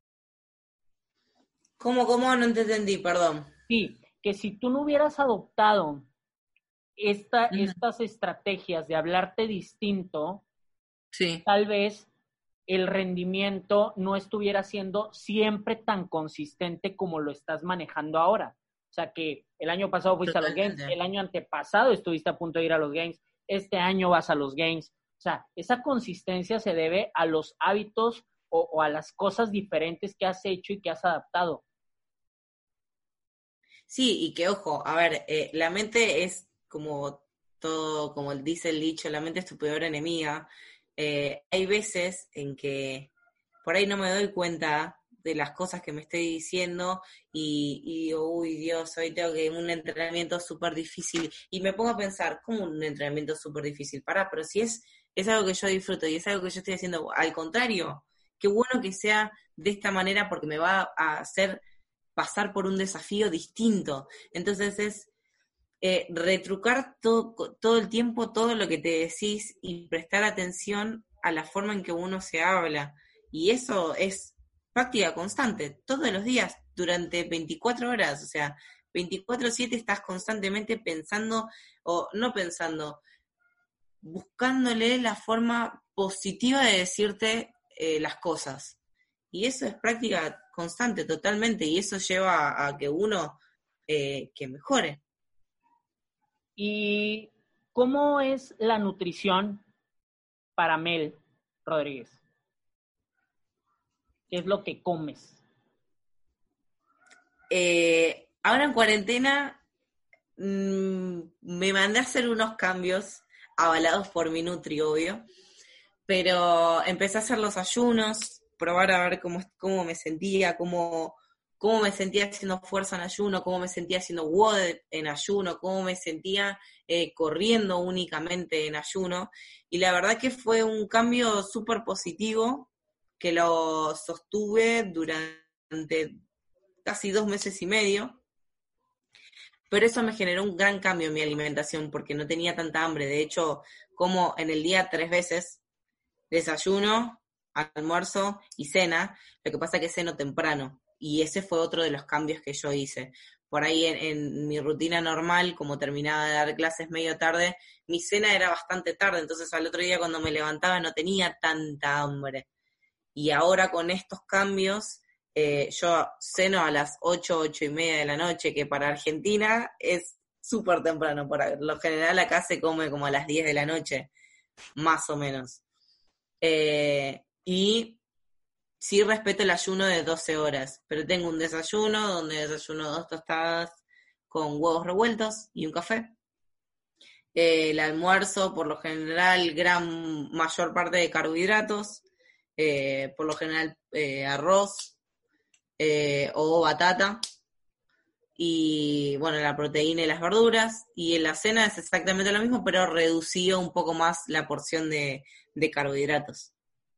¿Cómo? No te entendí, perdón. Sí, que si tú no hubieras adoptado estas estrategias de hablarte distinto, sí, tal vez el rendimiento no estuviera siendo siempre tan consistente como lo estás manejando ahora. O sea que el año pasado fuiste a los Games, el año antepasado estuviste a punto de ir a los Games, este año vas a los Games. O sea, esa consistencia se debe a los hábitos o a las cosas diferentes que has hecho y que has adaptado. Sí, y que ojo, a ver, la mente es como todo, como dice el dicho, la mente es tu peor enemiga. Hay veces en que por ahí no me doy cuenta de las cosas que me estoy diciendo y digo, uy Dios, hoy tengo que un entrenamiento súper difícil. Y me pongo a pensar, ¿cómo un entrenamiento súper difícil? Pará, pero si es algo que yo disfruto y es algo que yo estoy haciendo, al contrario, qué bueno que sea de esta manera porque me va a hacer pasar por un desafío distinto. Entonces es retrucar todo el tiempo todo lo que te decís y prestar atención a la forma en que uno se habla. Y eso es práctica constante, todos los días, durante 24 horas. O sea, 24/7 estás constantemente pensando, o no pensando, buscándole la forma positiva de decirte las cosas. Y eso es práctica constante totalmente, y eso lleva a que uno que mejore. ¿Y cómo es la nutrición para Mel Rodríguez? ¿Qué es lo que comes? Ahora en cuarentena me mandé a hacer unos cambios avalados por mi nutri, obvio, pero empecé a hacer los ayunos, probar a ver cómo me sentía, cómo me sentía haciendo fuerza en ayuno, cómo me sentía haciendo WOD en ayuno, cómo me sentía corriendo únicamente en ayuno. Y la verdad que fue un cambio súper positivo que lo sostuve durante casi 2 meses y medio. Pero eso me generó un gran cambio en mi alimentación porque no tenía tanta hambre. De hecho, como en el día 3 veces, desayuno, almuerzo y cena. Lo que pasa es que ceno temprano. Y ese fue otro de los cambios que yo hice. Por ahí en mi rutina normal, como terminaba de dar clases medio tarde, mi cena era bastante tarde, entonces al otro día cuando me levantaba no tenía tanta hambre. Y ahora con estos cambios, yo ceno a las 8:30 de la noche, que para Argentina es súper temprano. Por lo general acá se come como a las 10 de la noche, más o menos. Y sí respeto el ayuno de 12 horas, pero tengo un desayuno donde desayuno 2 tostadas con huevos revueltos y un café. El almuerzo, por lo general, gran mayor parte de carbohidratos, por lo general arroz o batata, y bueno, la proteína y las verduras, y en la cena es exactamente lo mismo, pero reducido un poco más la porción de carbohidratos.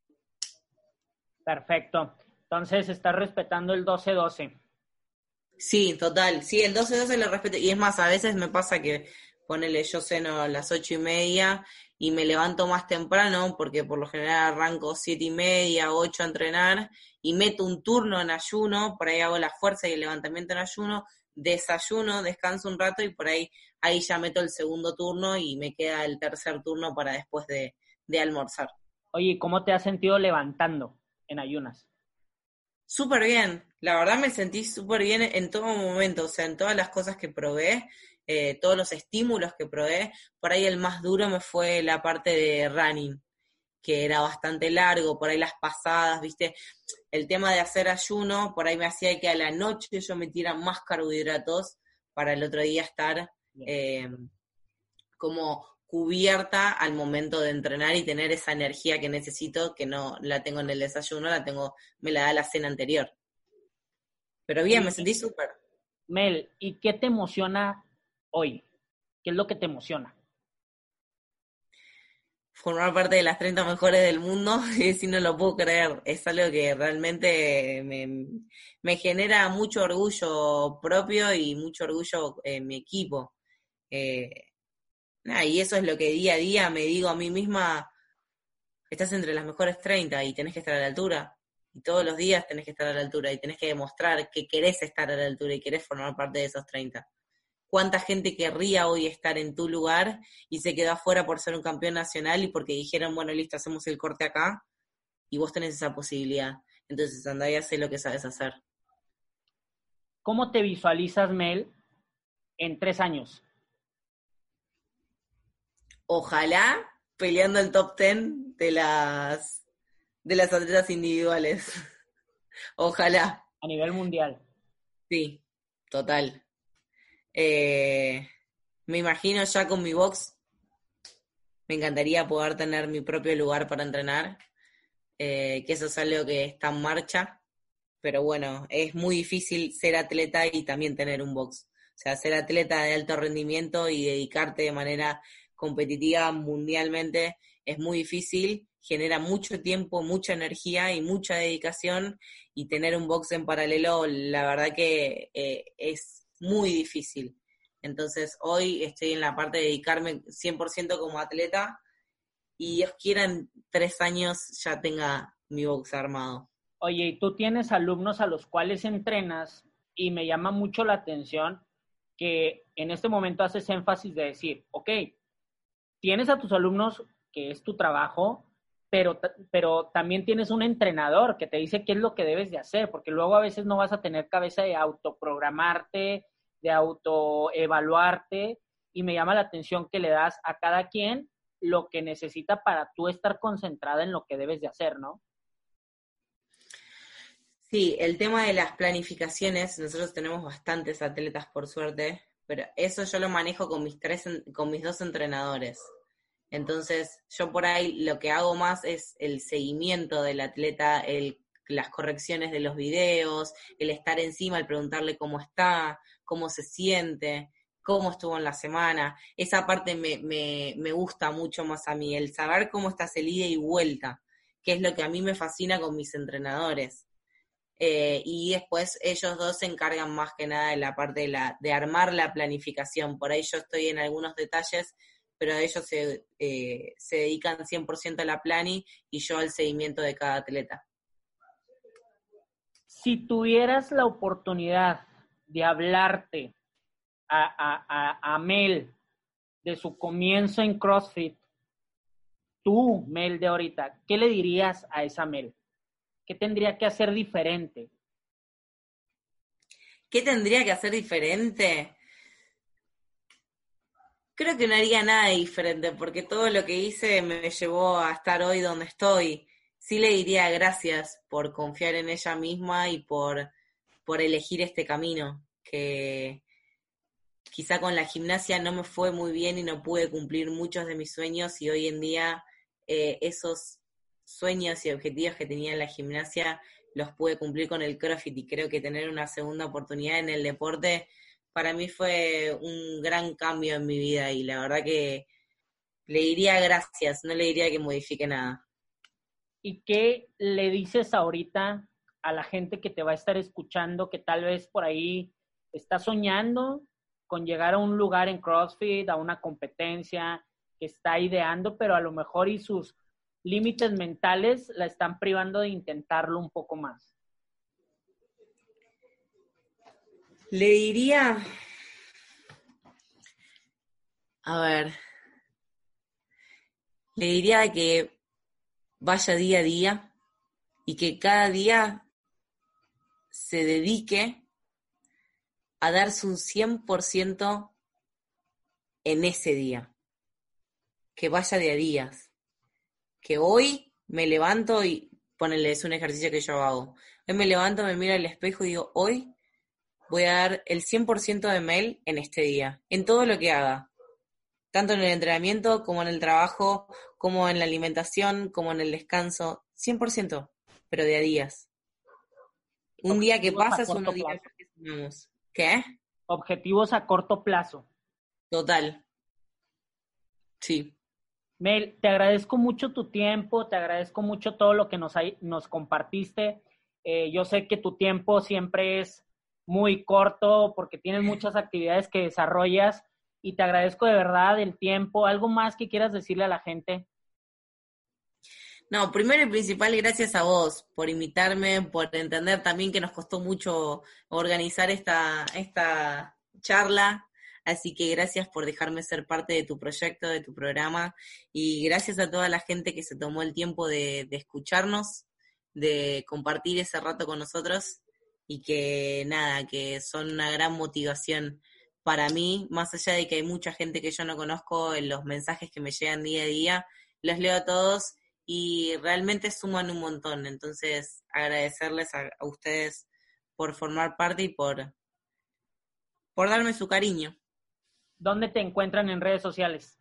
Perfecto. Entonces, estás respetando el 12-12. Sí, total. Sí, el 12-12 lo respeto. Y es más, a veces me pasa que, ponele, yo ceno a las 8:30 y me levanto más temprano, porque por lo general arranco 7:30, 8 a entrenar, y meto un turno en ayuno, por ahí hago la fuerza y el levantamiento en ayuno, desayuno, descanso un rato y por ahí ya meto el segundo turno y me queda el tercer turno para después de almorzar. Oye, ¿cómo te has sentido levantando en ayunas? Súper bien, la verdad me sentí súper bien en todo momento, o sea, en todas las cosas que probé, todos los estímulos que probé, por ahí el más duro me fue la parte de running, que era bastante largo, por ahí las pasadas, viste, el tema de hacer ayuno, por ahí me hacía que a la noche yo metiera más carbohidratos para el otro día estar como cubierta al momento de entrenar y tener esa energía que necesito, que no la tengo en el desayuno, me la da la cena anterior. Pero bien, me sentí súper. Mel, ¿y qué te emociona hoy? ¿Qué es lo que te emociona? Formar parte de las 30 mejores del mundo, y si no lo puedo creer, es algo que realmente me genera mucho orgullo propio y mucho orgullo en mi equipo. Y eso es lo que día a día me digo a mí misma, estás entre las mejores 30 y tenés que estar a la altura. Y todos los días tenés que estar a la altura y tenés que demostrar que querés estar a la altura y querés formar parte de esos 30. ¿Cuánta gente querría hoy estar en tu lugar y se quedó afuera por ser un campeón nacional y porque dijeron, bueno, listo, hacemos el corte acá y vos tenés esa posibilidad? Entonces andá y hacé lo que sabes hacer. ¿Cómo te visualizas, Mel, en 3 años? Ojalá peleando el top 10 de las atletas individuales. Ojalá. A nivel mundial. Sí, total. Me imagino ya con mi box. Me encantaría poder tener mi propio lugar para entrenar. Que eso es algo que está en marcha. Pero bueno, es muy difícil ser atleta y también tener un box. O sea, ser atleta de alto rendimiento y dedicarte de manera competitiva mundialmente es muy difícil, genera mucho tiempo, mucha energía y mucha dedicación, y tener un box en paralelo, la verdad que es muy difícil. Entonces hoy estoy en la parte de dedicarme 100% como atleta, y Dios quiera en 3 años ya tenga mi box armado. Oye, y tú tienes alumnos a los cuales entrenas y me llama mucho la atención que en este momento haces énfasis de decir, ok, tienes a tus alumnos, que es tu trabajo, pero también tienes un entrenador que te dice qué es lo que debes de hacer, porque luego a veces no vas a tener cabeza de autoprogramarte, de autoevaluarte, y me llama la atención que le das a cada quien lo que necesita para tú estar concentrada en lo que debes de hacer, ¿no? Sí, el tema de las planificaciones, nosotros tenemos bastantes atletas por suerte, pero eso yo lo manejo con con mis 2 entrenadores. Entonces, yo por ahí lo que hago más es el seguimiento del atleta, las correcciones de los videos, el estar encima, el preguntarle cómo está, cómo se siente, cómo estuvo en la semana. Esa parte me gusta mucho más a mí, el saber cómo estás el ida y vuelta, que es lo que a mí me fascina con mis entrenadores. Y después ellos 2 se encargan más que nada de la parte de armar la planificación. Por ahí yo estoy en algunos detalles, pero ellos se dedican 100% a la plani y yo al seguimiento de cada atleta. Si tuvieras la oportunidad de hablarte a Mel de su comienzo en CrossFit, tú, Mel de ahorita, ¿qué le dirías a esa Mel? ¿Qué tendría que hacer diferente? ¿Qué tendría que hacer diferente? Creo que no haría nada diferente, porque todo lo que hice me llevó a estar hoy donde estoy. Sí le diría gracias por confiar en ella misma y por elegir este camino, que quizá con la gimnasia no me fue muy bien y no pude cumplir muchos de mis sueños, y hoy en día esos sueños y objetivos que tenía en la gimnasia los pude cumplir con el CrossFit, y creo que tener una segunda oportunidad en el deporte para mí fue un gran cambio en mi vida, y la verdad que le diría gracias, no le diría que modifique nada. ¿Y qué le dices ahorita a la gente que te va a estar escuchando, que tal vez por ahí está soñando con llegar a un lugar en CrossFit, a una competencia, que está ideando, pero a lo mejor y sus límites mentales la están privando de intentarlo un poco más? Le diría, a ver, le diría que vaya día a día y que cada día se dedique a darse un 100% en ese día, que vaya de a días, que hoy me levanto y, ponele, es un ejercicio que yo hago, hoy me levanto, me miro al espejo y digo, hoy voy a dar el 100% de Mel en este día, en todo lo que haga, tanto en el entrenamiento como en el trabajo, como en la alimentación, como en el descanso, 100%, pero de a días. Un día que Objetivos a pasa es corto unos días plazo. que sumamos. ¿Qué? Objetivos a corto plazo. Total. Sí. Mel, te agradezco mucho tu tiempo, te agradezco mucho todo lo que nos compartiste. Yo sé que tu tiempo siempre es muy corto porque tienes muchas actividades que desarrollas, y te agradezco de verdad el tiempo. ¿Algo más que quieras decirle a la gente? No, primero y principal, gracias a vos por invitarme, por entender también que nos costó mucho organizar esta charla. Así que gracias por dejarme ser parte de tu proyecto, de tu programa, y gracias a toda la gente que se tomó el tiempo de escucharnos, de compartir ese rato con nosotros, y que nada, que son una gran motivación para mí, más allá de que hay mucha gente que yo no conozco. En los mensajes que me llegan día a día, los leo a todos y realmente suman un montón. Entonces, agradecerles a ustedes por formar parte y por darme su cariño. ¿Dónde te encuentran en redes sociales?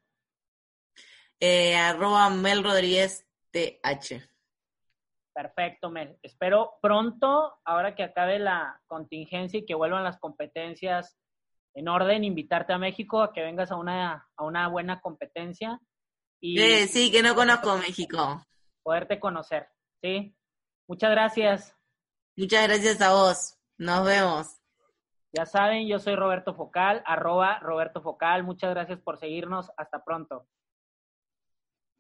@Mel Rodríguez TH. Perfecto, Mel. Espero pronto, ahora que acabe la contingencia y que vuelvan las competencias en orden, invitarte a México a que vengas a una buena competencia y Sí, que no conozco México. poderte conocer, ¿sí? Muchas gracias. Muchas gracias a vos. Nos vemos. Ya saben, yo soy Roberto Focal, @Roberto Focal. Muchas gracias por seguirnos. Hasta pronto.